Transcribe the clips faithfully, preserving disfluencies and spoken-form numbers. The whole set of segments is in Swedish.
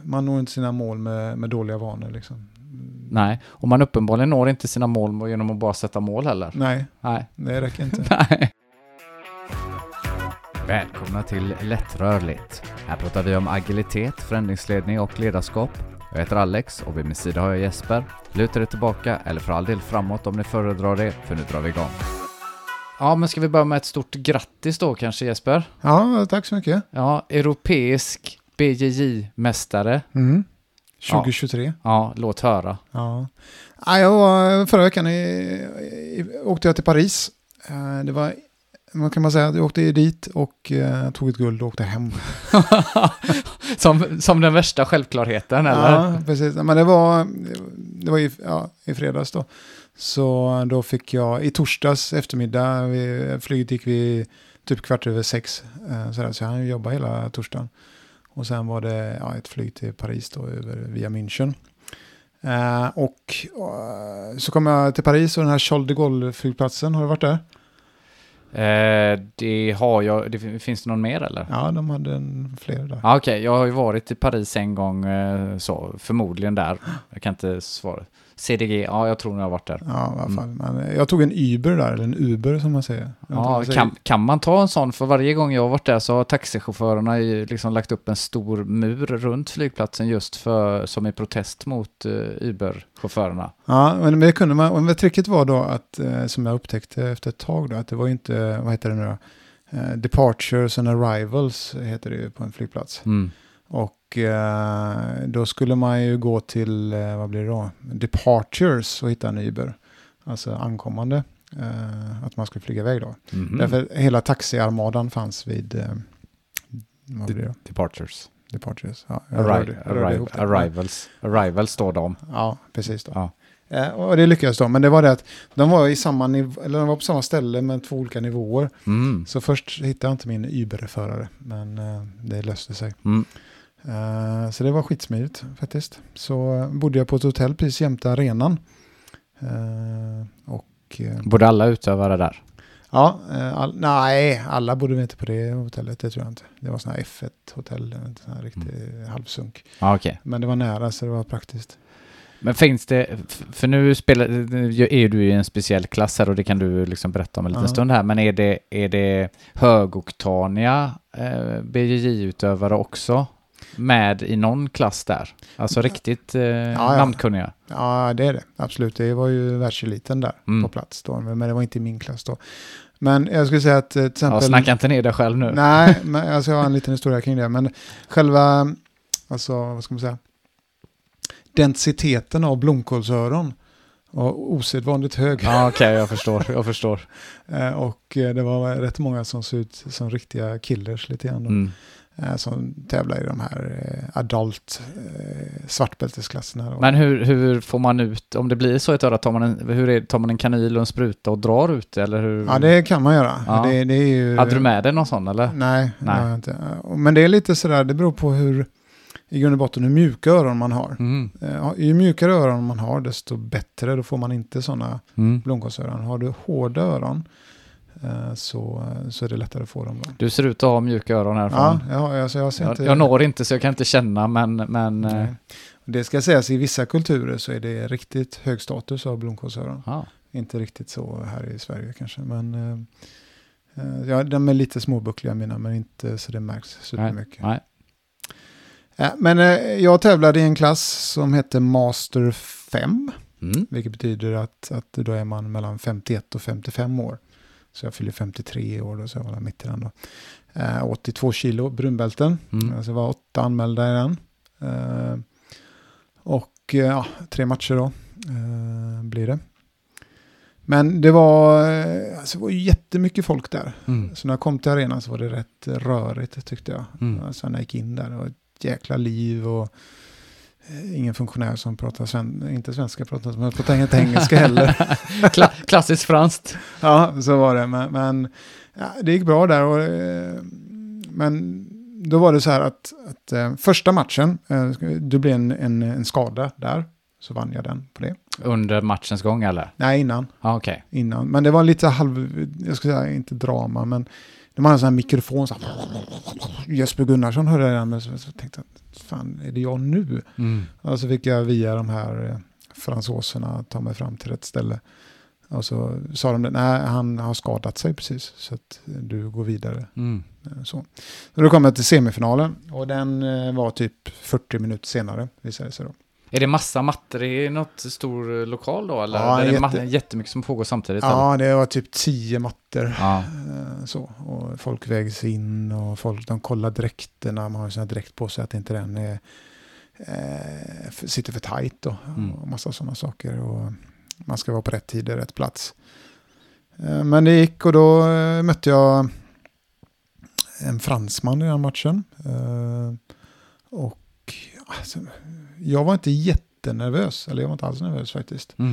man når inte sina mål med, med dåliga vanor liksom. Nej, och man uppenbarligen når inte sina mål genom att bara sätta mål heller. Nej, Nej. det räcker inte. Nej. Välkomna till Lättrörligt. Här pratar vi om agilitet, förändringsledning och ledarskap. Jag heter Alex och vid min sida har jag Jesper. Luta dig tillbaka eller för all del framåt om ni föredrar det, för nu drar vi igång. Ja, men ska vi börja med ett stort grattis då kanske, Jesper? Ja, tack så mycket. Ja, europeisk B J J-mästare. Mm. tjugohundratjugotre. Ja, ja, låt höra. Ja. Ja, jag var, förra veckan i, i, åkte jag till Paris. Det var, vad kan man säga, jag åkte dit och uh, tog ett guld och åkte hem. som, som den värsta självklarheten, eller? Ja, precis. Men det var, det var i, ja, i fredags då. Så då fick jag, i torsdags eftermiddag, vi, flyget gick vi typ kvart över sex. Uh, så, där, så jag jobbade hela torsdagen. Och sen var det ja, ett flyg till Paris då, över, via München. Uh, och uh, så kom jag till Paris och den här Charles de Gaulle-flygplatsen, har du varit där? Eh, det har jag, det, finns det någon mer eller? Ja, de hade en, fler där. Ah, Okej, okay. Jag har ju varit i Paris en gång, eh, så förmodligen där. Jag kan inte svara. C D G, ja jag tror jag har varit där. Ja, i alla fall. Mm. Men jag tog en Uber där, eller en Uber som man säger. Ja, kan, kan man ta en sån? För varje gång jag har varit där så har taxichaufförerna liksom lagt upp en stor mur runt flygplatsen just för, som i protest mot uh, Uber-chaufförerna. Ja, men det kunde man, och tricket var då att, eh, som jag upptäckte efter ett tag då, att det var inte, vad heter det nu då? Eh, departures and arrivals heter det ju på en flygplats. Mm. Och eh, då skulle man ju gå till, eh, vad blir det då? Departures och hitta en Uber. Alltså ankommande. Eh, att man skulle flyga iväg då. Mm-hmm. Därför hela taxiarmadan fanns vid, eh, vad blir det då? Departures. Departures, ja. Arri- arri- arrivals. Arrivals står de. Ja, precis då. Ja. Eh, och det lyckades då. Men det var det att de var i samma niv- eller de var på samma ställe med två olika nivåer. Mm. Så först hittade jag inte min Uber-förare. Men eh, det löste sig. Mm. Uh, så det var skitsmidigt faktiskt. Så uh, bodde jag på ett hotell precis jämte arenan. Uh, och, uh, bodde alla utövare där? Ja, uh, all, nej, alla bodde vi inte på det hotellet, det tror jag inte. Det var sån här F ett-hotell, en sån här riktig mm. halvsunk. Ah, okay. Men det var nära så det var praktiskt. Men finns det, för nu spelar, är du i en speciell klass här och det kan du liksom berätta om en liten uh-huh. stund här, men är det, är det högoktaniga eh, B J J-utövare också med i någon klass där? Alltså riktigt eh, ja, namnkunniga. Ja, det är det. Absolut. Det var ju världseliten där mm. på plats då. Men det var inte i min klass då. Men jag skulle säga att till exempel... Ja, snacka inte ner dig själv nu. Nej, men alltså, jag har en liten historia kring det. Men själva, alltså vad ska man säga? Densiteten av blomkålsöron var osedvanligt hög. Ja, okej, okay, jag förstår. Jag förstår. Och det var rätt många som såg ut som riktiga killers lite grann. Mm. Som tävlar i de här eh, adult eh, svartbältesklasserna. Men hur, hur får man ut, om det blir så ett öra, tar man en, hur är, tar man en kanyl och en spruta och drar ut det? Eller hur? Ja, det kan man göra. Ja. Det, det är ju, hade du med dig någon sån eller? Nej, nej. Jag inte. Men det är lite sådär, det beror på hur, i grund och botten, hur mjuka öron man har. Mm. Eh, ju mjukare öron man har, desto bättre. Då får man inte sådana mm. blomkålsöron. Har du hårda öron, Så, så är det lättare att få dem då. Du ser ut att ha mjuka öron härifrån. Ja, jag, alltså jag, ser jag, inte... jag når inte så jag kan inte känna, men... men det ska sägas, i vissa kulturer så är det riktigt hög status av blomkålsöron. Ah. Inte riktigt så här i Sverige kanske, men äh, ja, de är lite småbuckliga mina, men inte så det märks supermycket. Nej. Äh, men äh, jag tävlade i en klass som heter Master fem, mm. vilket betyder att, att då är man mellan femtioett och femtiofem år. Så jag fyller femtiotre år då, så jag var där mitt i den då. Eh, åttiotvå kilo brunbälten. Mm. Alltså var åtta anmälda i den. Eh, och ja, tre matcher då eh, blir det. Men det var, alltså, det var jättemycket folk där. Mm. Så när jag kom till arenan så var det rätt rörigt tyckte jag. Mm. Alltså när jag gick in där, det var ett jäkla liv och ingen funktionär som pratar sven- inte svenska, pratar som pratar inte engelska heller. Kla- klassiskt franskt. Ja, så var det. Men, men ja, det gick bra där. Och, men då var det så här att, att äh, första matchen, äh, det blev en, en, en skada där. Så vann jag den på det. Under matchens gång eller? Nej, innan. Ah, okay. Innan. Men det var lite halv, jag ska säga inte drama, men de hade en sån här mikrofon så här, Jesper Gunnarsson hörde jag den, men så, så tänkte jag, fan, är det jag nu? Mm. Och så fick jag via de här eh, fransoserna ta mig fram till rätt ställe. Och så sa de, nej, han har skadat sig precis, så att du går vidare. Mm. Så. Så då kom jag till semifinalen, och den eh, var typ fyrtio minuter senare, visade det sig då. Är det massa mattor i något stor lokal då? Eller Ja, är det jätte... ma- jättemycket som pågår samtidigt? Ja, eller? det var typ tio mattor. Ja. Så. Och folk vägs in och folk, de kollar dräkterna. Man har ju sån här dräkt på sig att inte den är, eh, sitter för tajt då. Mm. Och massa sådana saker. Och man ska vara på rätt tid och rätt plats. Eh, men det gick, och då eh, mötte jag en fransman i den matchen. Eh, och alltså, jag var inte jättenervös, eller jag var inte alls nervös faktiskt. Mm.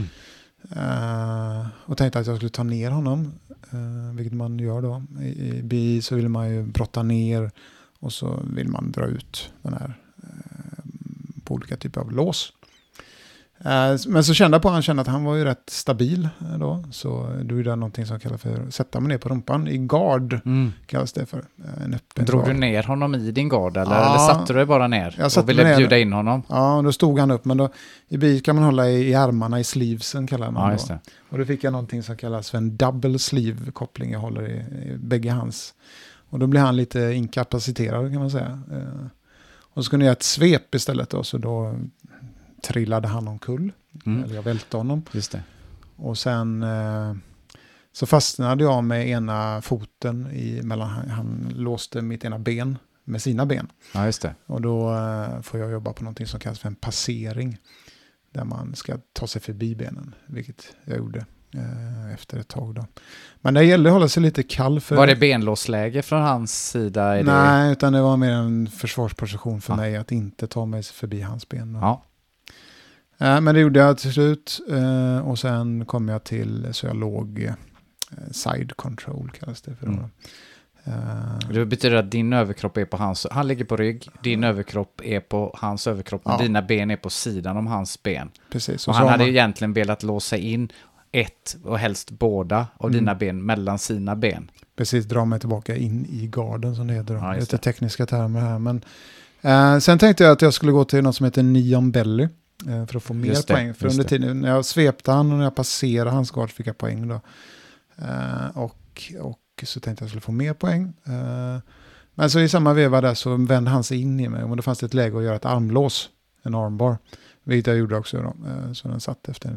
Uh, och tänkte att jag skulle ta ner honom, uh, vilket man gör då. I, i B I så vill man ju brotta ner, och så vill man dra ut den här uh, på olika typer av lås. Uh, men så kände jag på han kände att han var ju rätt stabil uh, då, så då är det någonting som kallas för sätta mig ner på rumpan i guard, mm. kallas det för. Uh, en öppen Drog guard. du ner honom i din guard, eller, ja, eller satte du dig bara ner jag och ville ner. bjuda in honom? Ja, och då stod han upp, men då i B I kan man hålla i, i armarna, i sleevesen kallar man ja, då. just det. Och då fick jag någonting som kallas för en double sleeve koppling, jag håller i, i bägge hands. Och då blir han lite inkapaciterad kan man säga. Uh, och så kunde jag ett svep istället då, så då trillade han omkull. Mm. Eller jag välte honom. Just det. Och sen uh, så fastnade jag med ena foten i, mellan, han, han låste mitt ena ben med sina ben. Ja, just det. Och då uh, får jag jobba på någonting som kallas för en passering, där man ska ta sig förbi benen, vilket jag gjorde eh, efter ett tag då. Men det gällde att hålla sig lite kall. För... Var det benlåsläge från hans sida? Är Nej, det... utan det var mer en försvarsposition för ja. mig att inte ta mig förbi hans ben. Då. Ja. Eh, men det gjorde jag till slut, eh, och sen kom jag till, så jag låg eh, side control kallas det för. Mm. Uh, det betyder att din överkropp är på hans, han ligger på rygg, din uh, överkropp är på hans överkropp, ja. Och dina ben är på sidan om hans ben. Precis. Och, och han hade man... egentligen velat låsa in ett och helst båda av mm. dina ben mellan sina ben. Precis, dra mig tillbaka in i garden som det heter. Ja, lite det. tekniska termer här. Men, uh, sen tänkte jag att jag skulle gå till något som heter Neon Belly uh, för att få mer just poäng. Det, för under tiden när jag svepte han och när jag passerade hans gard fick jag poäng då. Uh, och, och så tänkte jag skulle få mer poäng. Uh, men så i samma veva där så vände han sig in i mig. Och då fanns det ett läge att göra ett armlås. En armbar. Vilket jag gjorde också då. Uh, så den satt efter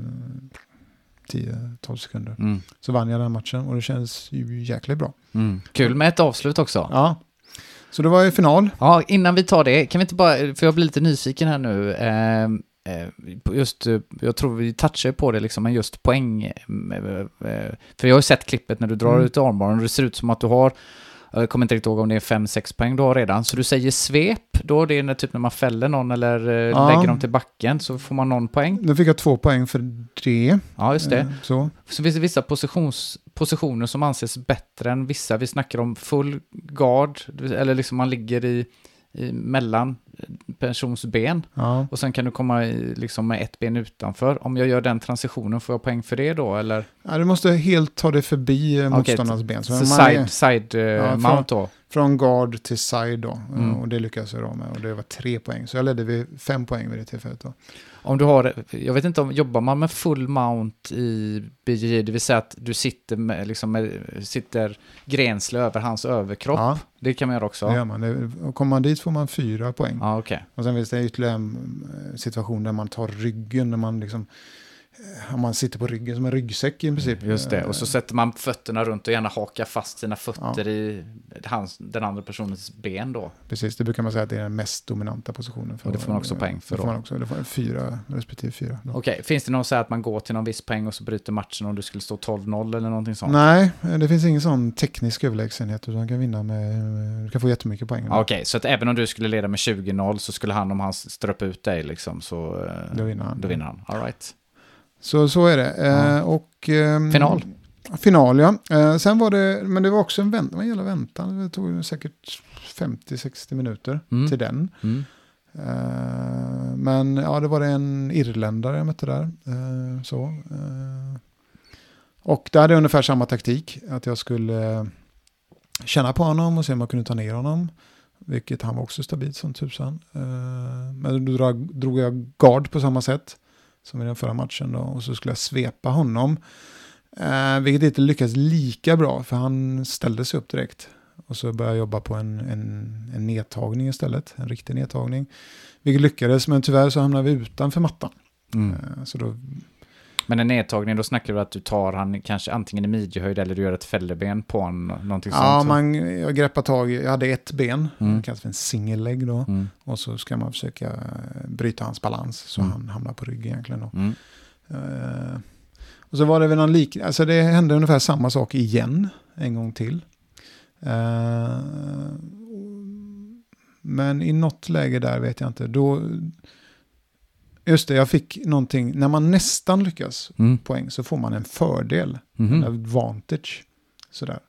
tio tolv sekunder. Mm. Så vann jag den matchen. Och det känns ju jäkligt bra. Mm. Kul med ett avslut också. Ja. Så det var ju final. Ja, innan vi tar det. Kan vi inte bara, för jag blir lite nyfiken här nu. Uh, just, jag tror vi touchar på det liksom, men just poäng, för jag har ju sett klippet när du drar mm. ut armbaren och det ser ut som att du har, jag kommer inte riktigt ihåg om det är fem sex poäng du har redan, så du säger svep, då det är typ när man fäller någon eller ja. lägger dem till backen så får man någon poäng. Nu fick jag två poäng för det. Ja, just det. Så, så finns det vissa positions, positioner som anses bättre än vissa. Vi snackar om full guard, eller liksom man ligger i I, mellan persons ben ja. Och sen kan du komma i, liksom med ett ben utanför. Om jag gör den transitionen får jag poäng för det då, eller? Ja, du måste helt ta dig förbi okay. motståndarnas ben. Så, så side, är, side uh, ja, mount då? Från, från guard till side då. Mm. Och det lyckades jag då med. Och det var tre poäng. Så jag ledde vid fem poäng vid det tillfället då. Om du har, jag vet inte om, jobbar man med full mount i B J J, det vill säga att du sitter med, liksom med, sitter grensle över hans överkropp. Ja. Det kan man göra också. Det gör man. Det, och kommer man dit får man fyra poäng. Ja, okay. Och sen finns det ytterligare en situation där man tar ryggen, när man liksom om man sitter på ryggen som en ryggsäck i princip. Just det, och så sätter man fötterna runt och gärna hakar fast sina fötter ja. i hans, den andra personens ben då. Precis, det brukar man säga att det är den mest dominanta positionen. För och det får man också poäng för det då. Får man också, det får fyra, respektive fyra. Okej, okay. Finns det någon så här att man går till någon viss poäng och så bryter matchen om du skulle stå tolv noll eller någonting sånt? Nej, det finns ingen sån teknisk överlägsenhet utan du kan vinna med, du kan få jättemycket poäng. Okej, okay, så att även om du skulle leda med tjugo noll så skulle han, om han ströp ut dig liksom, så då vinner han. Då vinner han. All right. Så, så är det. Ja. Eh, och, eh, final. Final, ja. Eh, sen var det, men det var också en väntan, en jävla väntan. Det tog säkert femtio till sextio minuter mm. till den. Mm. Eh, men ja, det var det en irländare jag mötte där. Eh, så. Eh, och där hade jag ungefär samma taktik. Att jag skulle känna på honom och se om man kunde ta ner honom. Vilket han var också stabilt som tusan. Uh, men då drog, drog jag guard på samma sätt som i den förra matchen då, och så skulle jag svepa honom. Uh, vilket inte lyckades lika bra, för han ställde sig upp direkt. Och så började jag jobba på en, en, en nedtagning istället, en riktig nedtagning. Vilket lyckades, men tyvärr så hamnade vi utanför mattan. Mm. Uh, så då... Men en nedtagning, då snackar du att du tar han kanske antingen i midjehöjd eller du gör ett fälleben på en, någonting ja, sånt. Man, jag greppar tag, jag hade ett ben, mm. kanske en singellägg då. Mm. Och så ska man försöka bryta hans balans så mm. han hamnar på rygg egentligen då. Mm. Uh, och så var det väl någon lik, alltså det hände ungefär samma sak igen, en gång till. Uh, men i något läge där vet jag inte, då... Just det, jag fick någonting, när man nästan lyckas mm. poäng så får man en fördel, mm. en advantage, sådär.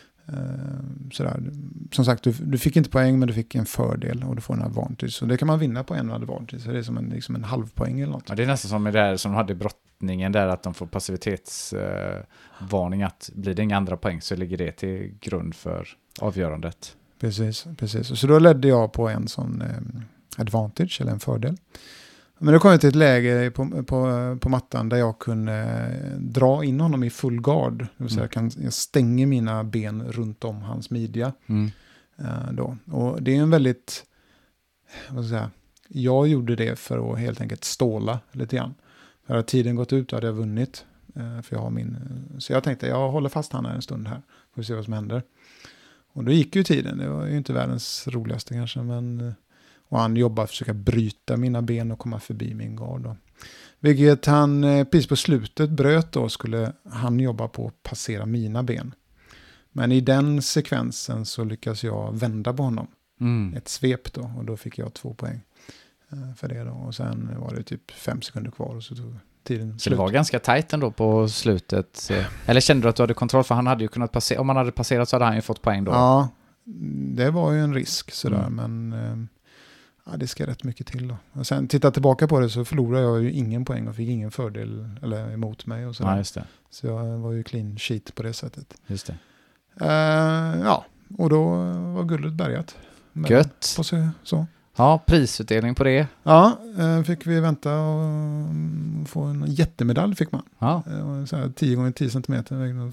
Uh, sådär. Som sagt, du, du fick inte poäng men du fick en fördel och du får en advantage. Så det kan man vinna på en advantage, så det är som en, liksom en halvpoäng eller något. Ja, det är nästan som det där som de hade i brottningen där, att de får passivitetsvarning, uh, att blir det inga andra poäng så ligger det till grund för avgörandet. Precis, precis. Så då ledde jag på en sån um, advantage eller en fördel. Men då kom jag till ett läge på, på, på mattan där jag kunde dra in honom i full guard. Det vill säga mm. jag, kan, jag stänger mina ben runt om hans midja. Mm. Uh, då. Och det är en väldigt, vad ska jag säga, jag gjorde det för att helt enkelt ståla lite grann. För hade tiden gått ut hade jag vunnit. Uh, för jag har min, så jag tänkte, jag håller fast han här en stund här. Får se vad som händer. Och då gick ju tiden. Det var ju inte världens roligaste kanske, men... Och han jobbar för att försöka bryta mina ben och komma förbi min gard då. Vilket han precis på slutet bröt då, skulle han jobba på att passera mina ben. Men i den sekvensen så lyckas jag vända på honom. Mm. Ett svep då, och då fick jag två poäng för det då. Och sen var det typ fem sekunder kvar och så tog tiden slut. Så det var ganska tajt ändå på slutet. Eller kände du att du hade kontroll? För han hade ju kunnat passera, om han hade passerat så hade han ju fått poäng då. Ja, det var ju en risk sådär, mm. men... Ja, det ska rätt mycket till då. Och sen titta tillbaka på det så förlorade jag ju ingen poäng och fick ingen fördel eller emot mig och så. Ja, just det. Så jag var ju clean sheet på det sättet. Just det. Uh, ja, och då var guldet bärgat. Gött. På så, så. Ja, prisutdelning på det. Ja, uh, fick vi vänta och um, få en jättemedalj fick man. Ja. Uh, så här, tio gånger tio centimeter, vägde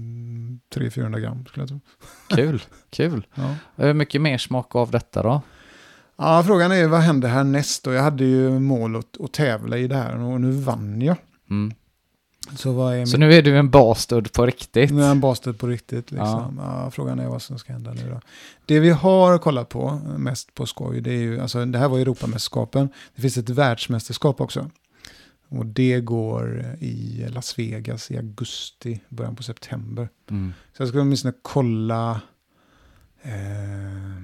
tre till fyrahundra gram skulle jag tro. Kul, kul. Ja. Uh, mycket mer smak av detta då? Ja, frågan är vad hände härnäst, och jag hade ju mål att, att tävla i det här och nu vann jag. Mm. Så, vad är så nu är du en bastard på riktigt? Nu är jag en bastard på riktigt. Liksom. Ja. Ja, frågan är vad som ska hända nu då. Det vi har kollat på, mest på skoj, det är ju, alltså det här var Europamästerskapen. Det finns ett världsmästerskap också. Och det går i Las Vegas i augusti, början på september. Mm. Så jag ska åtminstone kolla... Eh,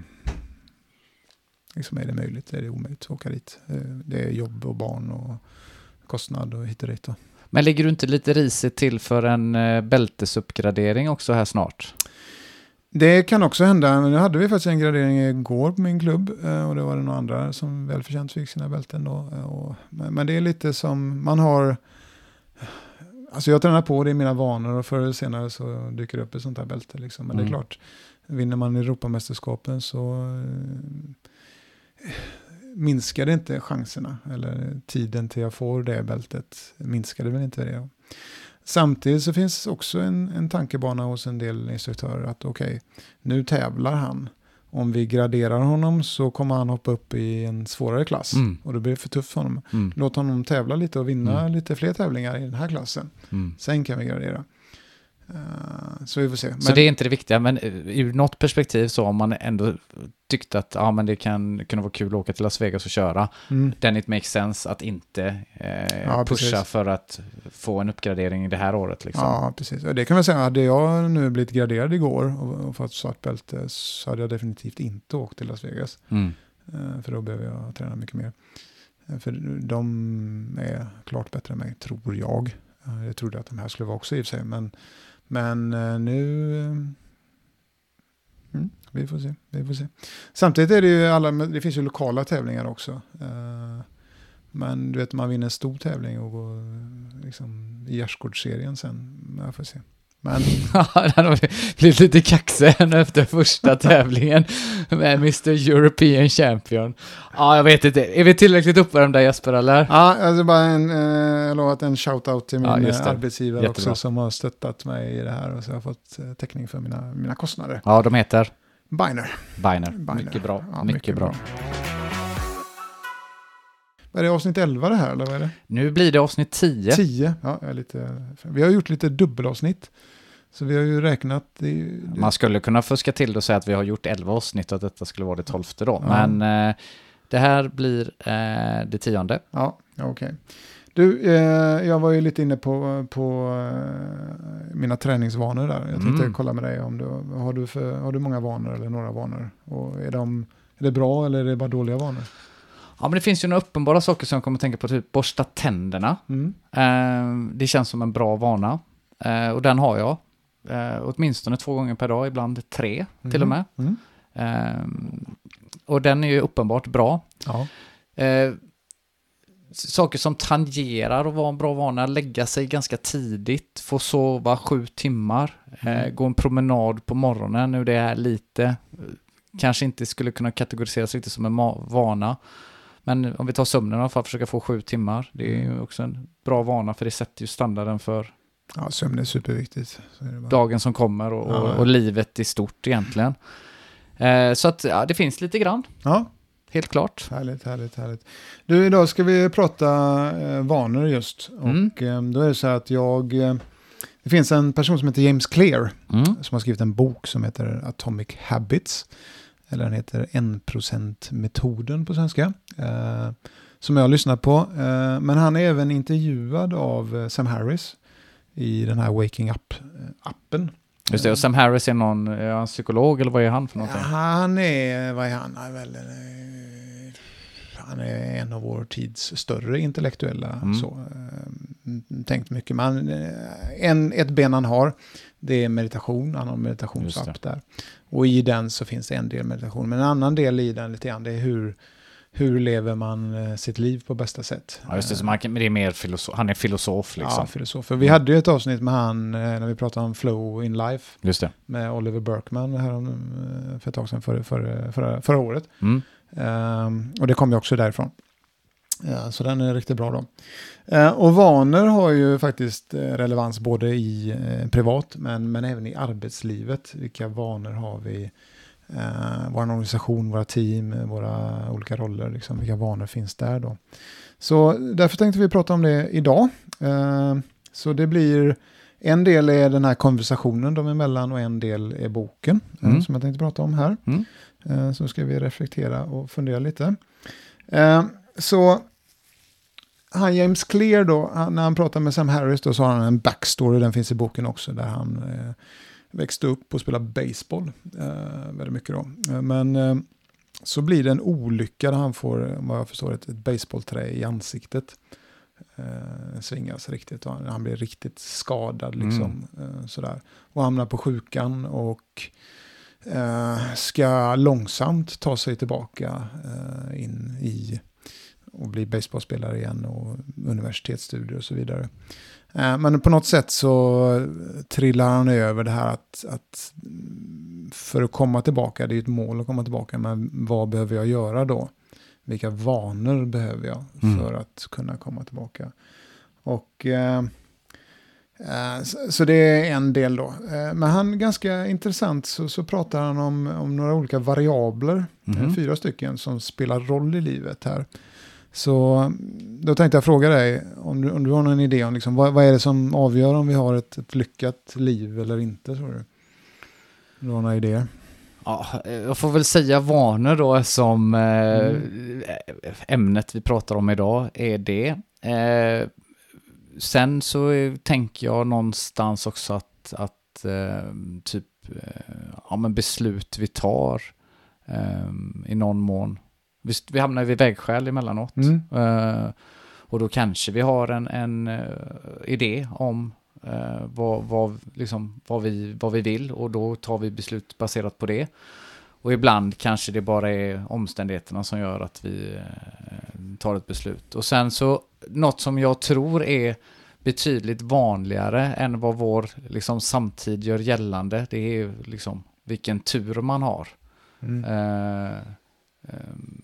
liksom är det möjligt, är det omöjligt att åka dit. Det är jobb och barn och kostnad och hit och dit då. Men ligger du inte lite risigt till för en bältesuppgradering också här snart? Det kan också hända. Nu hade vi faktiskt en gradering igår på min klubb och det var det några andra som välförtjänt fick sina bälten då. Men det är lite som man har... Alltså jag tränar på, det är mina vanor och förr eller senare så dyker det upp ett sånt här bälte liksom. Men mm. det är klart, vinner man Europamästerskapen så... minskade inte chanserna eller tiden till jag får det bältet minskade väl inte det. Samtidigt så finns också en, en tankebana hos en del instruktörer att okej, okay, nu tävlar han. Om vi graderar honom så kommer han hoppa upp i en svårare klass mm. och då blir det för tufft för honom. Mm. Låt honom tävla lite och vinna mm. lite fler tävlingar i den här klassen. Mm. Sen kan vi gradera. Uh, så vi får se. Men, så det är inte det viktiga, men ur något perspektiv så om man ändå tyckte att ja, men det kan kunna vara kul att åka till Las Vegas och köra, mm. then it makes sense att inte eh, ja, pusha precis. För att få en uppgradering i det här året. Liksom. Ja, precis. Det kan man säga, hade jag nu blivit graderad igår och, och fått svart bälte så hade jag definitivt inte åkt till Las Vegas. Mm. Uh, för då behöver jag träna mycket mer. Uh, för de är klart bättre än mig, tror jag. Uh, jag trodde att de här skulle vara också i och för sig, men Men uh, nu... Mm, vi får se. Vi får se. Samtidigt är det ju alla... Det finns ju lokala tävlingar också. Uh, men du vet, man vinner en stor tävling och går liksom, i gärdsgårdsserien sen. Jag får se Men... Han har blivit lite kaxig efter första tävlingen med mister European Champion. Ja, jag vet inte. Är vi tillräckligt uppvärmda, Jesper, eller? Ja, alltså bara en, eh, jag lovat en shout-out till min ja, arbetsgivare Jättebra. också som har stöttat mig i det här och så har jag fått eh, täckning för mina, mina kostnader. Ja, de heter? Biner. Biner. Biner. Mycket bra. Ja, mycket, mycket bra. bra. Är det avsnitt elva det här, eller vad är det? Nu blir det avsnitt tio. tio, ja, jag är lite... Vi har gjort lite dubbelavsnitt. Så vi har ju räknat... Det, det... Man skulle kunna fuska till det och säga att vi har gjort elva avsnitt och att detta skulle vara det tolfte då. Ja. Men eh, det här blir eh, det tionde. Ja, okej. Okay. Du, eh, jag var ju lite inne på, på eh, mina träningsvanor där. Jag tänkte Mm. kolla med dig om du har, du för, har du många vanor eller några vanor? Och är, de, är det bra eller är det bara dåliga vanor? Ja, men det finns ju några uppenbara saker som jag kommer att tänka på. Typ borsta tänderna. Mm. Eh, det känns som en bra vana. Eh, och den har jag. Eh, åtminstone två gånger per dag, ibland tre Mm. till och med. Mm. Eh, och den är ju uppenbart bra. Ja. Eh, saker som tangerar och vara en bra vana, lägga sig ganska tidigt, få sova sju timmar, Mm. eh, gå en promenad på morgonen, nu det är lite, eh, kanske inte skulle kunna kategoriseras riktigt som en ma- vana, men om vi tar sömnen i alla fall, försöka få sju timmar, det är ju också en bra vana för det sätter ju standarden för Ja, sömn är superviktigt. Så är det bara... dagen som kommer och, Ja, och, ja. och livet i stort egentligen. Eh, så att ja, det finns lite grann, Ja, helt klart. härligt, härligt, härligt. Du, idag ska vi prata eh, vanor just. Mm. Och eh, då är det så här att jag... Eh, det finns en person som heter James Clear Mm. som har skrivit en bok som heter Atomic Habits. Eller den heter en procent-metoden på svenska. Eh, som jag har lyssnat på. Eh, men han är även intervjuad av eh, Sam Harris i den här Waking Up-appen. Just det, och Sam Harris är någon, är han psykolog eller vad är han för någonting? Han är, vad är han? Han är, väl, eh, han är en av vår tids större intellektuella. Mm. Så, eh, tänkt mycket. Men eh, en, ett ben han har, det är meditation. Han har en meditationsapp där. Och i den så finns det en del meditation. Men en annan del i den lite grann, det är hur, hur lever man eh, sitt liv på bästa sätt. Ja, just det, så man kan, men det är mer filosof, han är filosof liksom. Ja, filosof. För vi hade ju ett avsnitt med han eh, när vi pratade om flow in life. Just det. Med Oliver Burkeman här om, eh, för ett tag sedan, för, för, för, förra året. Mm. Um, och det kom ju också därifrån. Uh, så den är riktigt bra då. Uh, och vanor har ju faktiskt uh, relevans både i uh, privat men, men även i arbetslivet. Vilka vanor har vi? Uh, vår organisation, våra team, våra olika roller. Liksom, vilka vanor finns där då? Så därför tänkte vi prata om det idag. Uh, så det blir... En del är den här konversationen de emellan och en del är boken mm. uh, som jag tänkte prata om här. Mm. Så ska vi reflektera och fundera lite. Så han James Clear då, han, när han pratar med Sam Harris då så har han en backstory, den finns i boken också, där han eh, växte upp och spelade baseball eh, väldigt mycket då. Men eh, så blir det en olycka där han får, vad jag förstår, ett, ett baseballträ i ansiktet. Eh, svingas riktigt och han, han blir riktigt skadad liksom. Mm. Eh, sådär. Och hamnar på sjukan och Uh, ska långsamt ta sig tillbaka uh, in i och bli baseballspelare igen och universitetsstudier och så vidare. Uh, men på något sätt så trillar han över det här att, att för att komma tillbaka, det är ett mål att komma tillbaka, men vad behöver jag göra då? Vilka vanor behöver jag mm. för att kunna komma tillbaka? Och uh, Uh, så, så det är en del då. Uh, men han, ganska intressant, så, så pratar han om, om några olika variabler, mm. uh, fyra stycken som spelar roll i livet här. Så då tänkte jag fråga dig, om du, om du har någon idé om liksom, vad, vad är det som avgör om vi har ett, ett lyckat liv eller inte? Så du. du har några idéer? Ja, jag får väl säga vanor då som eh, mm. ämnet vi pratar om idag är det. Eh, Sen så tänker jag någonstans också att, att eh, typ eh, ja, men beslut vi tar eh, i någon mån. Vi, vi hamnar vid vägskäl emellanåt. Mm. Eh, och då kanske vi har en, en uh, idé om uh, vad, vad, liksom, vad, vi, vad vi vill och då tar vi beslut baserat på det. Och ibland kanske det bara är omständigheterna som gör att vi uh, tar ett beslut. Och sen så, något som jag tror är betydligt vanligare än vad vår liksom, samtid gör gällande. Det är liksom vilken tur man har. Mm. Uh, um,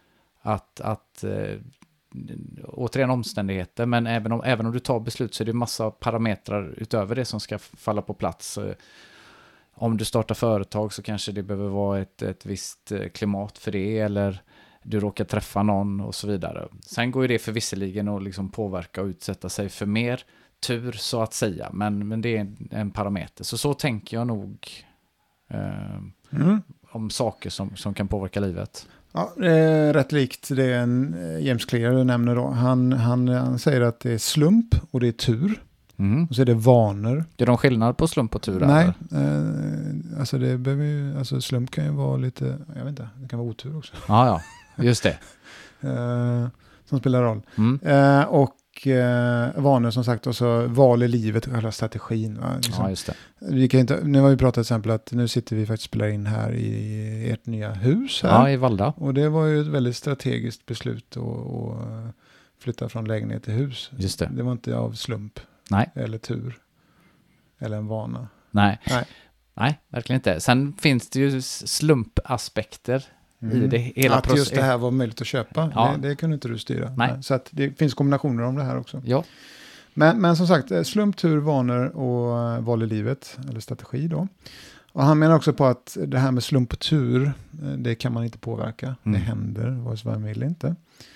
att att uh, återigen omständigheter, men även om, även om du tar beslut så är det massa parametrar utöver det som ska falla på plats. Uh, om du startar företag så kanske det behöver vara ett, ett visst klimat för det, eller du råkar träffa någon och så vidare. Sen går ju det för visserligen att liksom påverka och utsätta sig för mer tur så att säga, men, men det är en, en parameter. Så så tänker jag nog eh, mm. om saker som, som kan påverka livet. Ja, det är rätt likt det en James Clear nämner då. Han, han, han säger att det är slump och det är tur. Mm. Och så är det vanor. Är de skillnad på slump och tur? Nej, eh, alltså det behöver ju, alltså slump kan ju vara lite, jag vet inte, det kan vara otur också. Ja, ja, just det. eh, som spelar roll. Mm. Eh, och eh, vanor som sagt, och så val i livet, själva strategin. Va? Liksom. Ja, just det. Vi kan inte, nu har vi pratat till exempel att nu sitter vi faktiskt och spelar in här i ert nya hus här. Ja, i Valda. Och det var ju ett väldigt strategiskt beslut att flytta från lägenhet till hus. Just det. Det var inte av slump. Nej. Eller tur. Eller en vana. Nej. Nej. Nej, verkligen inte. Sen finns det ju slumpaspekter mm. i det hela. Att just det här var möjligt att köpa, ja. det, det kunde inte du styra. Nej. Så att det finns kombinationer om det här också. Ja. Men, men som sagt, slump, tur, vanor och val i livet, eller strategi då. Och han menar också på att det här med slump och tur, det kan man inte påverka. Mm. Det händer, vad man vill inte.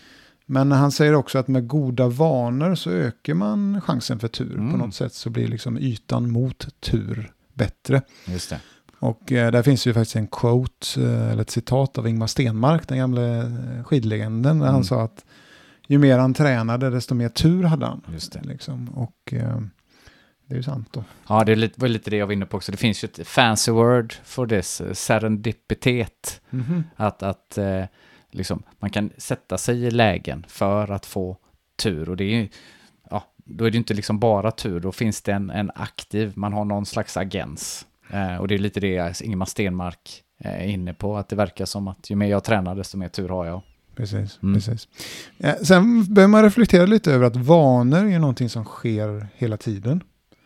Men han säger också att med goda vanor så ökar man chansen för tur. Mm. På något sätt så blir liksom ytan mot tur bättre. Just det. Och eh, där finns ju faktiskt en quote, eh, eller ett citat av Ingmar Stenmark, den gamla eh, skidlegenden, där mm. han sa att ju mer han tränade desto mer tur hade han. Just det. Liksom. Och eh, det är ju sant då. Ja, det var lite det jag var inne på också. Det finns ju ett fancy word for this, serendipitet. Mm-hmm. Att, att eh, liksom, man kan sätta sig i lägen för att få tur. Och det är ju, ja, då är det inte liksom bara tur. Då finns det en, en aktiv, man har någon slags agens. Eh, och det är lite det Ingemar Stenmark är inne på. Att det verkar som att ju mer jag tränar desto mer tur har jag. Precis, mm. precis. Eh, sen behöver man reflektera lite över att vanor är någonting som sker hela tiden.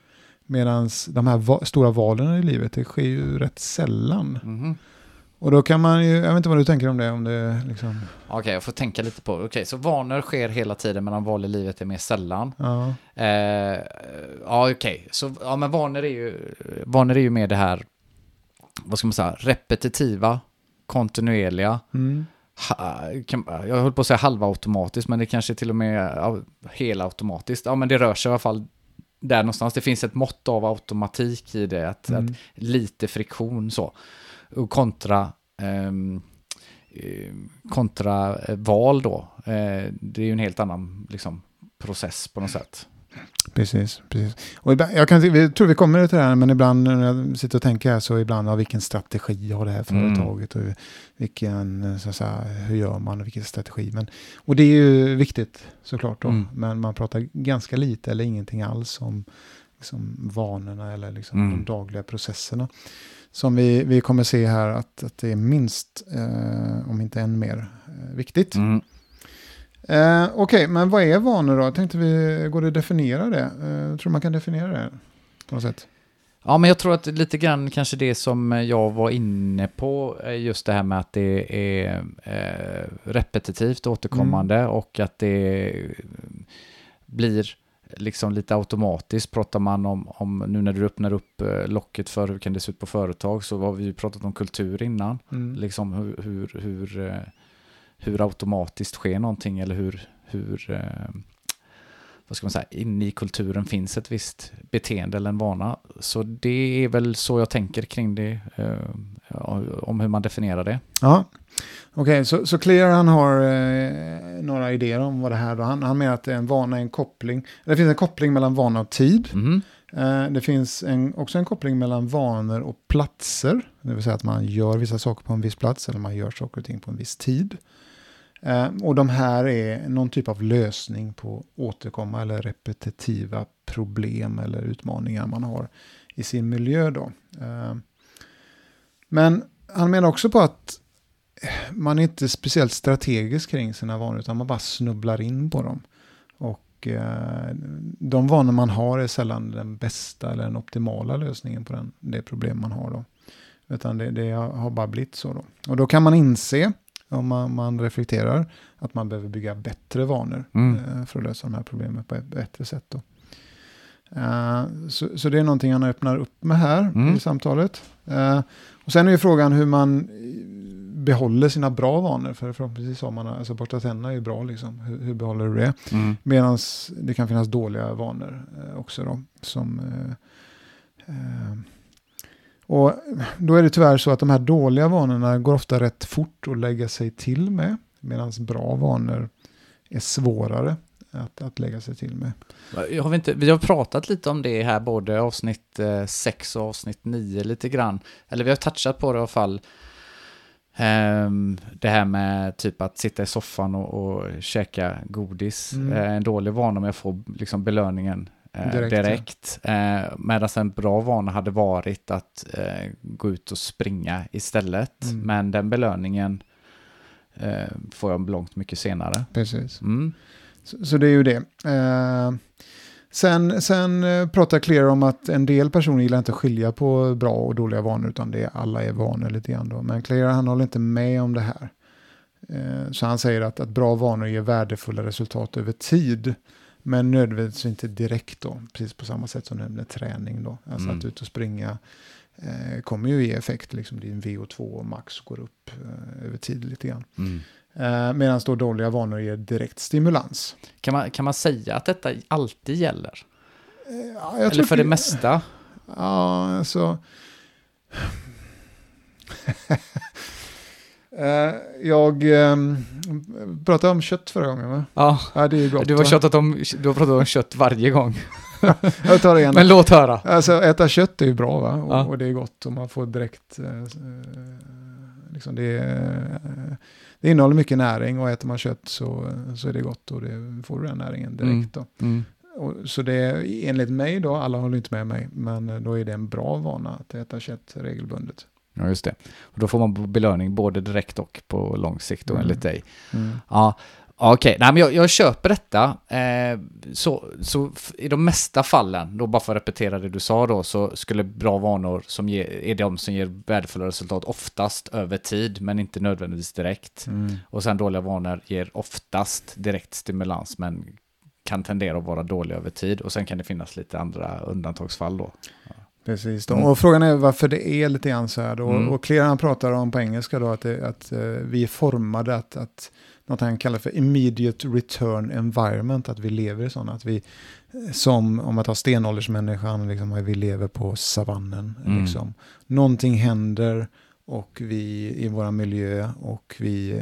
Medan de här va- stora valen i livet, det sker ju rätt sällan. Mm. Och då kan man ju, jag vet inte vad du tänker om det. Om det liksom... Okej, okay, jag får tänka lite på. Okej, okay, så vanor sker hela tiden medan val i livet är mer sällan. Ja, eh, ja okej. Okay. Så ja, men vanor är ju vanor är ju mer det här, vad ska man säga, repetitiva, kontinuerliga. Mm. Ha, kan, jag höll på att säga halvautomatiskt, men det kanske till och med ja, helautomatiskt. Ja, men det rör sig i alla fall där någonstans. Det finns ett mått av automatik i det, att, mm. att lite friktion så. Och kontra um, kontra val då. Eh, det är ju en helt annan liksom, process på något sätt. Precis, precis. Och ibland, jag kan, vi tror vi kommer till det här, men ibland när jag sitter och tänker här så ibland, ja, vilken strategi har det här företaget mm. och vilken, så att säga, hur gör man och vilken strategi. Men, och det är ju viktigt såklart då, mm. men man pratar ganska lite eller ingenting alls om liksom, vanorna eller liksom, mm. de dagliga processerna. Som vi, vi kommer se här att, att det är minst, eh, om inte än mer, eh, viktigt. Mm. Eh, Okej, okay, men vad är vanor då? Jag tänkte vi går det att definiera det. Eh, jag tror man kan definiera det på något sätt. Ja, men jag tror att lite grann kanske det som jag var inne på, just det här med att det är eh, repetitivt återkommande mm. och att det blir liksom lite automatiskt. Pratar man om, om nu när du öppnar upp eh, locket för hur kan det se ut på företag, så har vi ju pratat om kultur innan. Mm. Liksom hur, hur, hur, eh, hur automatiskt sker någonting, eller hur, hur eh, vad ska man säga, inne i kulturen finns ett visst beteende eller en vana. Så det är väl så jag tänker kring det, eh, om hur man definierar det. Ja, okej, okay, så, så Clear han har eh, några idéer om vad det här då. Han, han menar att det är en vana, en koppling. Det finns en koppling mellan vana och tid. Mm. Eh, det finns en, också en koppling mellan vanor och platser. Det vill säga att man gör vissa saker på en viss plats eller man gör saker och ting på en viss tid. Eh, och de här är någon typ av lösning på återkomma eller repetitiva problem eller utmaningar man har i sin miljö då. Eh, men han menar också på att man är inte speciellt strategisk kring sina vanor, utan man bara snubblar in på dem. Och Och eh, de vanor man har är sällan den bästa eller den optimala lösningen på den, det problem man har då. Utan det, det har bara blivit så då. Och då kan man inse, om man, man reflekterar, att man behöver bygga bättre vanor mm. eh, för att lösa de här problemen på ett bättre sätt då. Uh, så, så det är någonting han öppnar upp med här mm. i samtalet. Uh, och sen är ju frågan hur man behåller sina bra vanor. För förhoppningsvis har man, alltså borsta tänderna är ju bra liksom. Hur, hur behåller du det? Mm. Medan det kan finnas dåliga vanor uh, också då. Som, uh, uh, och då är det tyvärr så att de här dåliga vanorna går ofta rätt fort att lägga sig till med. Medan bra vanor är svårare Att, att lägga sig till med. Jag har inte, vi har pratat lite om det här, både avsnitt sex och avsnitt nio lite grann. Eller vi har touchat på det i alla fall. Um, det här med typ att sitta i soffan och, och käka godis. Mm. Uh, en dålig vana om jag får liksom belöningen uh, direkt. direkt. Ja. Uh, medan en bra vana hade varit att uh, gå ut och springa istället. Mm. Men den belöningen uh, får jag långt mycket senare. Precis. Mm. Så, så det är ju det. Eh, sen sen eh, pratar Clear om att en del personer gillar inte att skilja på bra och dåliga vanor, utan det är, alla är vanor lite grann då. Men Clear, han håller inte med om det här. Eh, så han säger att, att bra vanor ger värdefulla resultat över tid, men nödvändigtvis inte direkt då. Precis på samma sätt som med träning då. Alltså mm. att ut och springa eh, kommer ju ge effekt. Liksom din V O två max går upp eh, över tid lite grann. Mm. Uh, medan då dåliga vanor ger direkt stimulans. Kan man, kan man säga att detta alltid gäller? Uh, ja, jag Eller för det, det mesta? Ja, alltså... uh, jag um, pratade om kött förra gången, va? Ja, ja det är gott, du, har köttat om, du har pratat om kött varje gång. Jag tar det igen. Men låt höra. Alltså, äta kött är ju bra, va? Och, ja. och det är gott och man får direkt... Uh, liksom det uh, Det innehåller mycket näring, och äter man kött så, så är det gott, och det får du den näringen direkt då. Mm. Mm. Och, så det är enligt mig då, alla håller inte med mig, men då är det en bra vana att äta kött regelbundet. Ja, just det. Och då får man belöning både direkt och på lång sikt då, mm. enligt dig. Mm. Ja, okej. Okay. Nej, men jag, jag köper detta. Eh, så, så i de mesta fallen, då bara för att repetera det du sa då, så skulle bra vanor som ger, är de som ger värdefulla resultat oftast över tid, men inte nödvändigtvis direkt. Mm. Och sen dåliga vanor ger oftast direkt stimulans, men kan tendera att vara dåliga över tid. Och sen kan det finnas lite andra undantagsfall då. Ja. Precis. Då. Mm. Och frågan är varför det är lite grann så här då. Mm. Och Clear, han pratar om på engelska då att, det, att uh, vi är formade att, att något han kallar för immediate return environment, att vi lever i sådana, att vi som, om man tar stenåldersmänniskan, liksom, vi lever på savannen. Mm. Liksom. Någonting händer och vi i vår miljö, och vi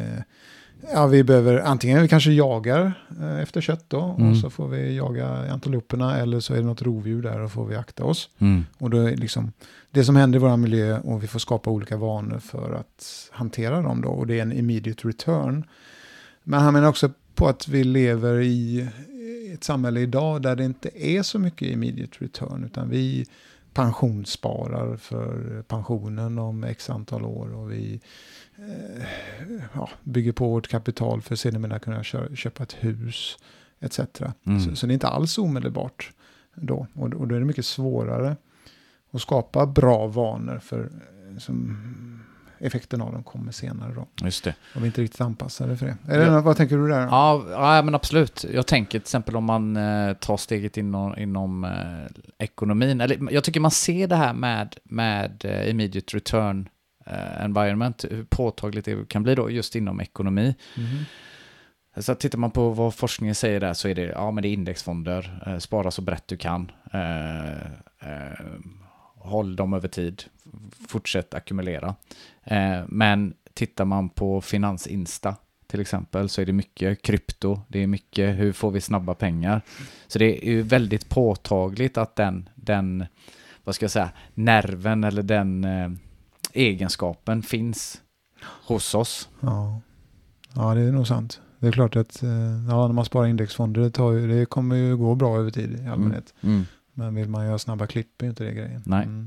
ja, vi behöver, antingen vi kanske jagar eh, efter kött då, mm. och så får vi jaga antiloperna, eller så är det något rovdjur där och får vi akta oss. Mm. Och då är liksom det som händer i vår miljö, och vi får skapa olika vanor för att hantera dem då, och det är en immediate return. Men han menar också på att vi lever i ett samhälle idag där det inte är så mycket immediate return, utan vi pensionssparar för pensionen om x antal år, och vi eh, ja, bygger på vårt kapital för att sedermera kunna kö- köpa ett hus et cetera. Mm. Så, så det är inte alls omedelbart då, och, och då är det mycket svårare att skapa bra vanor, för som effekten av dem kommer senare då. Just det. Och vi är inte riktigt anpassade för det. Eller, ja. Vad tänker du där? Ja, ja, men absolut. Jag tänker till exempel om man eh, tar steget inom, inom eh, ekonomin. Eller, jag tycker man ser det här med, med eh, immediate return eh, environment, hur påtagligt det kan bli då just inom ekonomi. Mm. Så tittar man på vad forskningen säger där, så är det, ja, men det är indexfonder. Eh, spara så brett du kan. Eh, eh, håll dem över tid. Fortsätt ackumulera. Eh, men tittar man på finansinsta till exempel, så är det mycket krypto. Det är mycket hur får vi snabba pengar. Så det är ju väldigt påtagligt att den, den vad ska jag säga, nerven eller den eh, egenskapen finns hos oss. Ja. Ja, det är nog sant. Det är klart att ja, när man sparar indexfonder, det, tar ju, det kommer ju gå bra över tid i allmänhet. Mm. Mm. Men vill man göra snabba klipp är inte det grejen. Nej. Mm.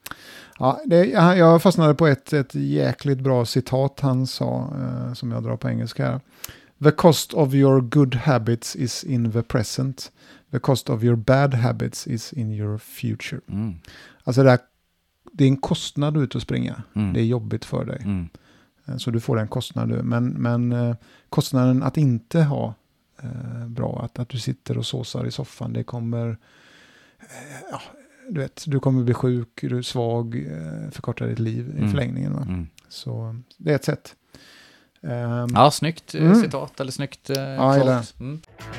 Ja, det, jag fastnade på ett, ett jäkligt bra citat han sa, eh, som jag drar på engelska här. The cost of your good habits is in the present. The cost of your bad habits is in your future. Mm. Alltså det, här, det är en kostnad ut att springa. Mm. Det är jobbigt för dig. Mm. Så du får en kostnad nu. Men, men eh, kostnaden att inte ha eh, bra, att, att du sitter och såsar i soffan, det kommer, eh, ja, du vet, du kommer bli sjuk, du är svag, eh, förkortar ditt liv i Mm. förlängningen. Va? Mm. Så det är ett sätt. Um, Ja, snyggt Mm. citat eller snyggt eh, Ja, jag quote. Mm.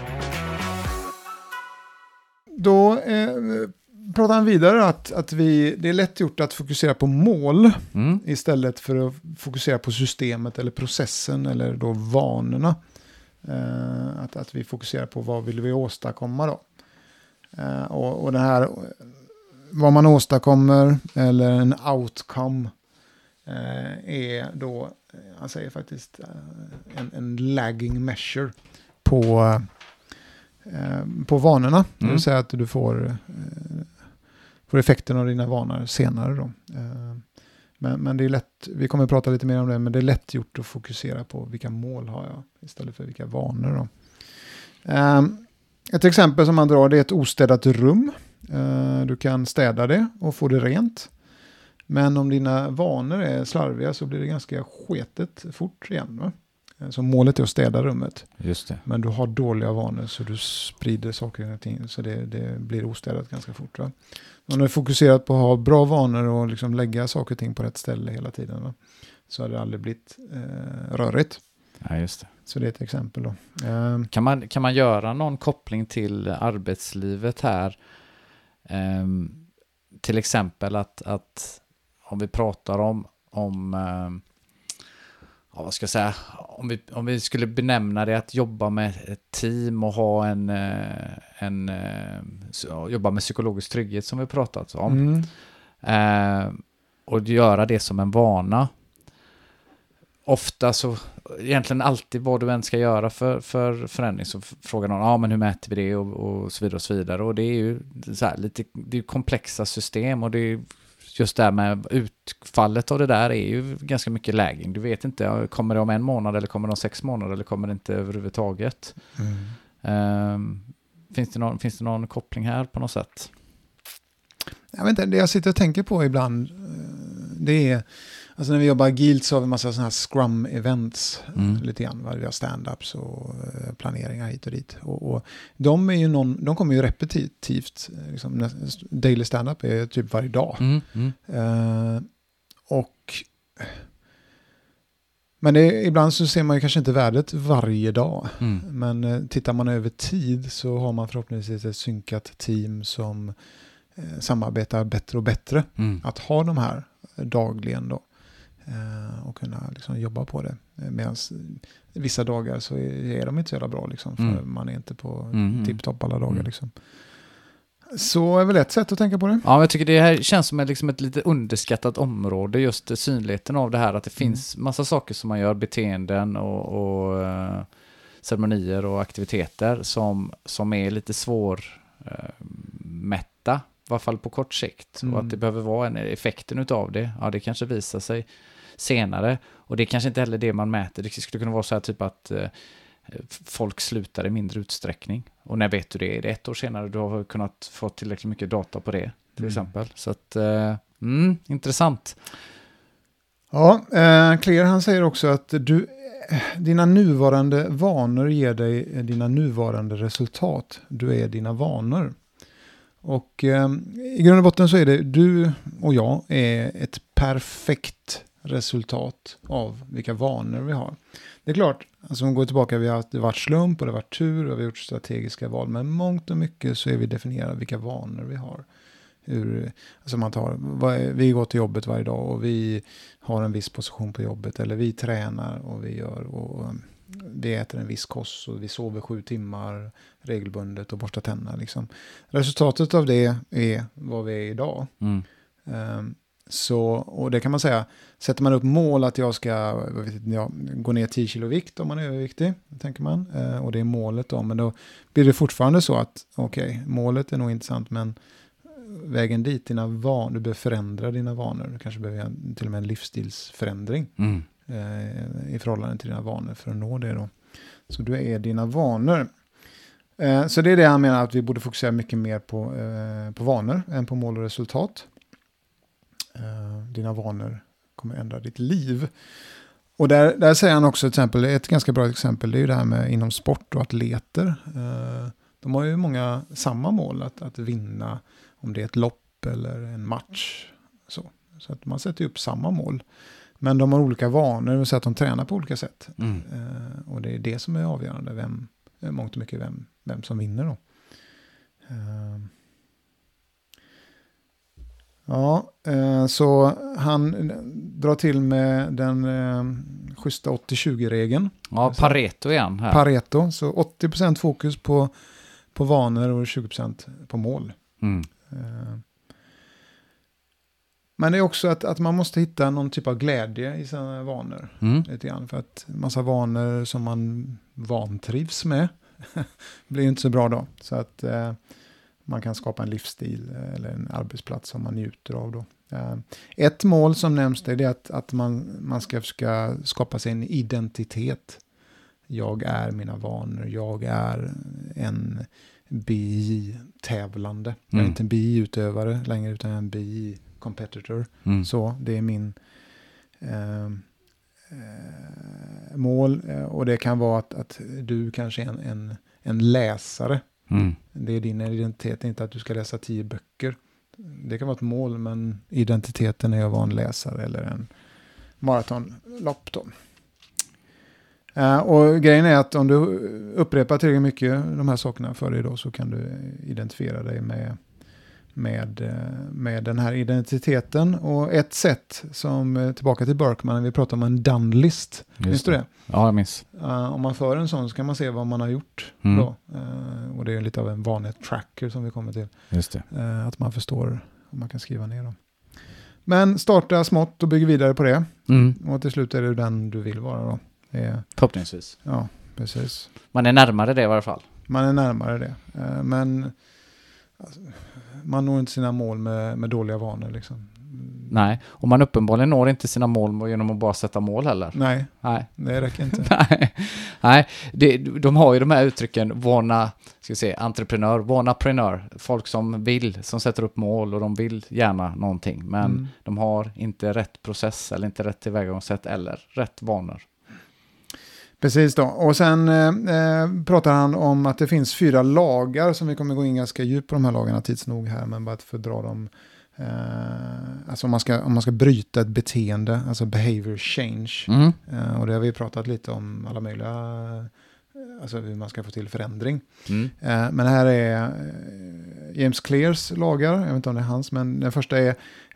Då eh, pratar han vidare att, att vi, det är lätt gjort att fokusera på mål Mm. istället för att fokusera på systemet eller processen eller då vanorna. Eh, att, att vi fokuserar på vad vill vi åstadkomma då. Eh, och, och det här, vad man åstadkommer eller en outcome eh, är då, han säger faktiskt eh, en, en lagging measure på, eh, på vanorna. Mm. Det vill säga att du får, eh, får effekten av dina vanor senare då. Eh, men, men det är lätt, vi kommer att prata lite mer om det, men det är lätt gjort att fokusera på vilka mål har jag istället för vilka vanor då. Eh, ett exempel som man drar, det är ett ostädat rum. Eh, du kan städa det och få det rent. Men om dina vanor är slarviga så blir det ganska sketet fort igen. Va? Så målet är att städa rummet. Just det. Men du har dåliga vanor så du sprider saker och ting. Så det, det blir ostädat ganska fort. Va? Om du är fokuserad på att ha bra vanor och liksom lägga saker och ting på rätt ställe hela tiden. Va? Så har det aldrig blivit eh, rörigt. Ja, just det. Så det är ett exempel då. Eh, Kan man, kan man göra någon koppling till arbetslivet här? Um, till exempel att, att om vi pratar om, om um, ja, vad ska jag säga, om vi, om vi skulle benämna det att jobba med ett team och ha en, en, en jobba med psykologisk trygghet som vi pratat om. mm. Uh, och göra det som en vana. Ofta så, egentligen alltid vad du än ska göra för, för förändring så frågar någon, ja men hur mäter vi det och, och så vidare och så vidare. Och det är ju så här, lite, det är komplexa system och det är just det här med utfallet av det där är ju ganska mycket lagging. Du vet inte, kommer det om en månad eller kommer det om sex månader eller kommer det inte överhuvudtaget? Mm. Um, finns det någon, finns det någon koppling här på något sätt? Jag vet inte, det jag sitter och tänker på ibland, det är, alltså när vi jobbar agilt så har vi en massa sådana här scrum-events, mm. lite grann, vi har stand-ups och planeringar hit och dit. Och, och de, är ju någon, de kommer ju repetitivt, liksom, daily stand-up är typ varje dag. Mm. Mm. Uh, och men det, ibland så ser man ju kanske inte värdet varje dag. Mm. Men uh, tittar man över tid så har man förhoppningsvis ett synkat team som uh, samarbetar bättre och bättre. Mm. Att ha de här dagligen då. Uh, och kunna liksom jobba på det. Medan vissa dagar så är, är de inte så jävla bra liksom, för mm. man är inte på mm. tipptopp alla dagar. Mm. Liksom. Så är väl ett sätt att tänka på det. Ja, jag tycker det här känns som ett, liksom ett lite underskattat område, just synligheten av det här, att det mm. finns massa saker som man gör, beteenden och, och uh, ceremonier och aktiviteter som, som är lite svår uh, mätta, i alla fall på kort sikt. Mm. Och att det behöver vara en effekten utav det. Ja, det kanske visar sig senare. Och det är kanske inte heller det man mäter. Det skulle kunna vara så här typ att eh, folk slutar i mindre utsträckning. Och när vet du det? Är det ett år senare du har kunnat få tillräckligt mycket data på det, till mm. exempel. Så att, eh, mm, intressant. Ja, eh, Claire han säger också att du, dina nuvarande vanor ger dig dina nuvarande resultat. Du är dina vanor. Och eh, i grund och botten så är det du och jag är ett perfekt resultat av vilka vanor vi har. Det är klart, alltså om vi går tillbaka, vi har, det har varit slump och det har varit tur och vi har gjort strategiska val, men mångt och mycket så är vi definierade vilka vanor vi har. Hur, alltså man tar, vi går till jobbet varje dag och vi har en viss position på jobbet, eller vi tränar och vi gör och vi äter en viss kost och vi sover sju timmar regelbundet och borstar tänderna. Liksom. Resultatet av det är vad vi är idag. Mm. Um, så, och det kan man säga, sätter man upp mål att jag ska jag vet inte, jag, gå ner tio kilo vikt om man är överviktig, tänker man. Uh, och det är målet då, men då blir det fortfarande så att okej, okay, målet är nog intressant, men vägen dit, dina vanor, du behöver förändra dina vanor. Du kanske behöver till och med en livsstilsförändring. Mm. I förhållande till dina vanor för att nå det då. Så du är dina vanor. Eh, så det är det han menar, att vi borde fokusera mycket mer på, eh, på vanor än på mål och resultat. Eh, dina vanor kommer ändra ditt liv. Och där, där säger han också ett exempel, ett ganska bra exempel, det är ju det här med inom sport och atleter. Eh, de har ju många samma mål, att, att vinna, om det är ett lopp eller en match. Så, så att man sätter upp samma mål. Men de har olika vanor, det vill säga att de tränar på olika sätt. Mm. Eh, och det är det som är avgörande, vem, mångt och mycket vem, vem som vinner då. Eh, ja, eh, så han drar till med den eh, schyssta åttio tjugo-regeln. Ja, Pareto igen här. Pareto, så åttio procent fokus på, på vanor och tjugo procent på mål. Mm. Eh, Men det är också att, att man måste hitta någon typ av glädje i sina vanor. Mm. Lite grann, för att massa vanor som man vantrivs med blir inte så bra då. Så att eh, man kan skapa en livsstil eller en arbetsplats som man njuter av då. Eh, ett mål som nämns det är att, att man, man ska försöka skapa sig en identitet. Jag är mina vanor. Jag är en B I-tävlande. Jag är Mm. inte en B I-utövare längre, utan en B I competitor. Mm. Så det är min eh, eh, mål. Eh, och det kan vara att, att du kanske är en, en, en läsare. Mm. Det är din identitet, inte att du ska läsa tio böcker. Det kan vara ett mål, men identiteten är att vara en läsare eller en maratonlopp då. Uh, och grejen är att om du upprepar tillräckligt mycket de här sakerna för dig då, så kan du identifiera dig med, med, med den här identiteten. Och ett sätt som, tillbaka till Birkman, vi pratar om en done list. Minns du det? Ja, jag minns. Uh, om man för en sån så kan man se vad man har gjort. Mm. Då. Uh, och det är lite av en vanlig tracker som vi kommer till. Just det. Uh, att man förstår och man kan skriva ner dem. Men starta smått och bygga vidare på det. Mm. Och till slut är det den du vill vara då. Är, Förhoppningsvis. ja, precis. Man är närmare det i varje fall. Man är närmare det. Uh, men alltså, man når inte sina mål med, med dåliga vanor liksom. Nej, och man uppenbarligen når inte sina mål genom att bara sätta mål heller. Nej, Nej. det räcker inte. Nej, Nej. Det, de har ju de här uttrycken, vana, ska vi se, entreprenör, vanaprenör, folk som vill, som sätter upp mål och de vill gärna någonting, men Mm. de har inte rätt process eller inte rätt tillvägagångssätt eller rätt vanor. Precis då. Och sen eh, pratar han om att det finns fyra lagar som vi kommer gå in ganska djupt på de här lagarna tids nog här, men bara att fördra dem. Eh, alltså om man, ska, om man ska bryta ett beteende, alltså behavior change. Mm. Eh, och det har vi pratat lite om, alla möjliga, alltså hur man ska få till förändring. Mm. Eh, men det här är eh, James Clears lagar, jag vet inte om det är hans, men den första är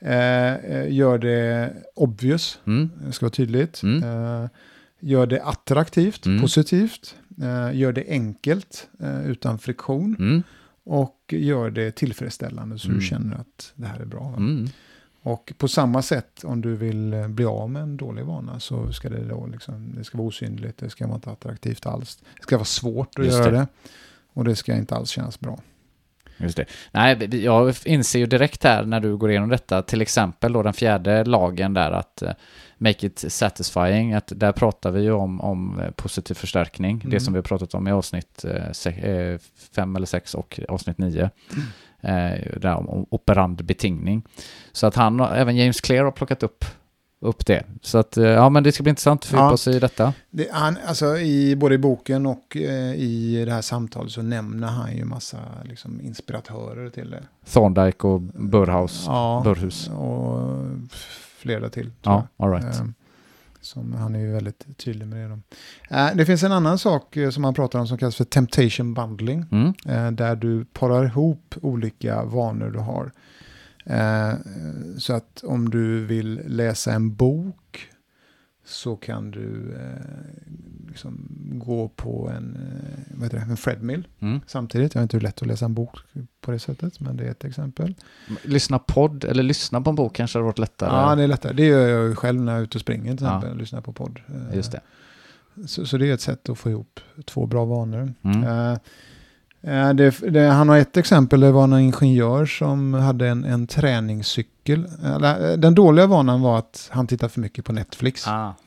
eh, gör det obvious, Mm. det ska vara tydligt. Mm. Eh, Gör det attraktivt, Mm. positivt. Eh, gör det enkelt, eh, utan friktion. Mm. Och gör det tillfredsställande så Mm. du känner att det här är bra. Va? Mm. Och på samma sätt, om du vill eh, bli av med en dålig vana, så ska det då liksom, det ska vara osynligt, det ska vara inte attraktivt alls. Det ska vara svårt att Just göra det. det. Och det ska inte alls kännas bra. Just det. Nej, jag inser ju direkt här när du går igenom detta, till exempel då den fjärde lagen där, att uh, make it satisfying, att där pratar vi ju om, om positiv förstärkning, Mm. det som vi har pratat om i avsnitt uh, se, uh, fem eller sex och avsnitt nio, mm. uh, där om, om operand betingning. Så att han, även James Clear har plockat upp upp det. Så att, ja, men det ska bli intressant att fördjupa sig i detta. Det, han, alltså i, både i boken och eh, i det här samtalet så nämner han ju massa liksom, inspiratörer till det. Thorndike och Burhouse. Ja, Burhus. och flera till. Ja, all right. Eh, som, han är ju väldigt tydlig med det. Då. Eh, det finns en annan sak eh, som han pratar om som kallas för temptation bundling. Mm. Eh, där du parar ihop olika vanor du har. Eh, så att om du vill läsa en bok så kan du eh, liksom gå på en, eh, vad heter det, en treadmill Mm. samtidigt. Jag vet inte hur lätt att läsa en bok på det sättet, men det är ett exempel. Lyssna podd eller lyssna på en bok kanske hade varit lättare. Ja, det är lättare. Det gör jag ju själv när jag är ute och springer till Ja. exempel. Lyssna på podd. Eh, Just det. Så, så det är ett sätt att få ihop två bra vanor. Mm. Eh, eh, det, det, han har ett exempel, det var en ingenjör som hade en, en träningscykel. Eh, Den dåliga vanan var att han tittade för mycket på Netflix. Ah.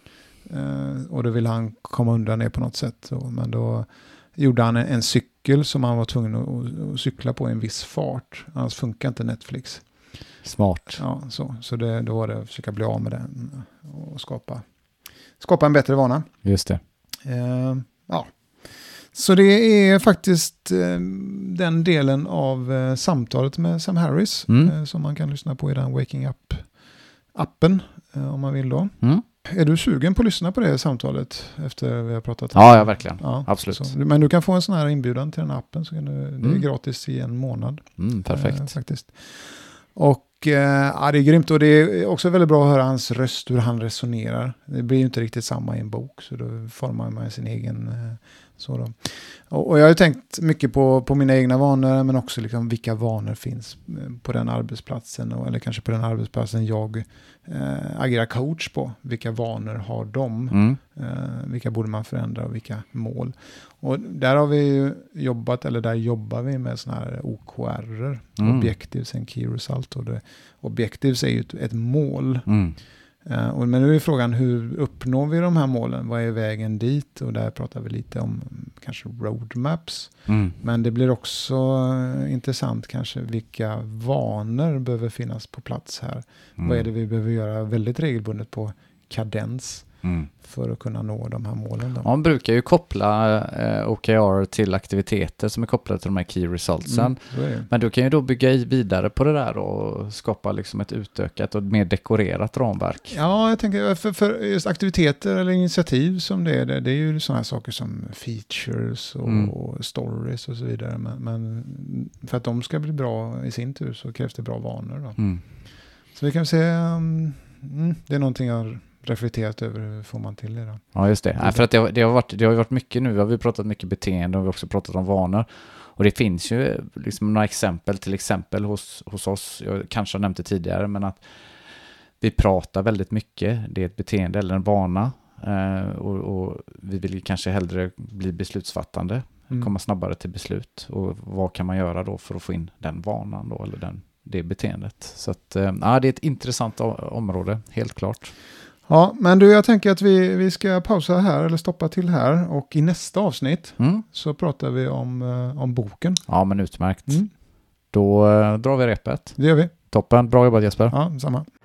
Eh, och då ville han komma undan det på något sätt. Så, men då gjorde han en, en cykel som han var tvungen att, att cykla på i en viss fart. Annars funkar inte Netflix. Smart. Ja, så, så det, då var det att försöka bli av med den och skapa, skapa en bättre vana. Just det. Eh, ja. Så det är faktiskt eh, den delen av eh, samtalet med Sam Harris Mm. eh, som man kan lyssna på i den Waking Up-appen eh, om man vill då. Mm. Är du sugen på att lyssna på det samtalet efter vi har pratat? Ja, ja, verkligen. Ja, Absolut. Så, men du kan få en sån här inbjudan till den här appen. Så kan du, det är Mm. gratis i en månad. Mm, perfekt. Eh, faktiskt. Och eh, ja, det är grymt. Och det är också väldigt bra att höra hans röst, hur han resonerar. Det blir ju inte riktigt samma i en bok. Så då formar man sin egen... Eh, så då. Och, och jag har ju tänkt mycket på, på mina egna vanor, men också liksom vilka vanor finns på den arbetsplatsen. Och, eller kanske på den arbetsplatsen jag eh, agerar coach på. Vilka vanor har de? Mm. Eh, vilka borde man förändra och vilka mål? Och där har vi ju jobbat, eller där jobbar vi med såna här O K R, Mm. Objectives and Key Result. Och det, Objectives är ju ett, ett mål. Mm. Uh, och, men nu är frågan, hur uppnår vi de här målen? Vad är vägen dit? Och där pratar vi lite om kanske roadmaps. Mm. Men det blir också uh, intressant kanske vilka vanor behöver finnas på plats här. Mm. Vad är det vi behöver göra väldigt regelbundet på kadens Mm. för att kunna nå de här målen? Då? Ja, man brukar ju koppla eh, O K R till aktiviteter som är kopplade till de här key resultsen. Mm, så är det. Men du kan ju då bygga i vidare på det där och skapa liksom ett utökat och mer dekorerat ramverk. Ja, jag tänker för, för just aktiviteter eller initiativ som det är, det, det är ju sådana här saker som features och, Mm. och stories och så vidare. Men, men för att de ska bli bra i sin tur så krävs det bra vanor då. Mm. Så vi kan se, um, mm, det är någonting jag har reflekterat över, hur får man till det då? Ja, just det. Nej, för att det, har, det, har varit, det har ju varit mycket nu. Vi har vi pratat mycket beteende och vi har också pratat om vanor. Och det finns ju liksom några exempel, till exempel hos, hos oss, jag kanske har nämnt det tidigare, men att vi pratar väldigt mycket. Det är ett beteende eller en vana. Eh, och, och vi vill kanske hellre bli beslutsfattande, Mm. komma snabbare till beslut. Och vad kan man göra då för att få in den vanan då, eller den, det beteendet? Så att, eh, ja, det är ett intressant o- område, helt klart. Ja, men du, jag tänker att vi, vi ska pausa här eller stoppa till här och i nästa avsnitt Mm. så pratar vi om, uh, om boken. Ja, men utmärkt. Mm. Då eh, drar vi repet. Det gör vi. Toppen, bra jobbat Jesper. Ja, samma.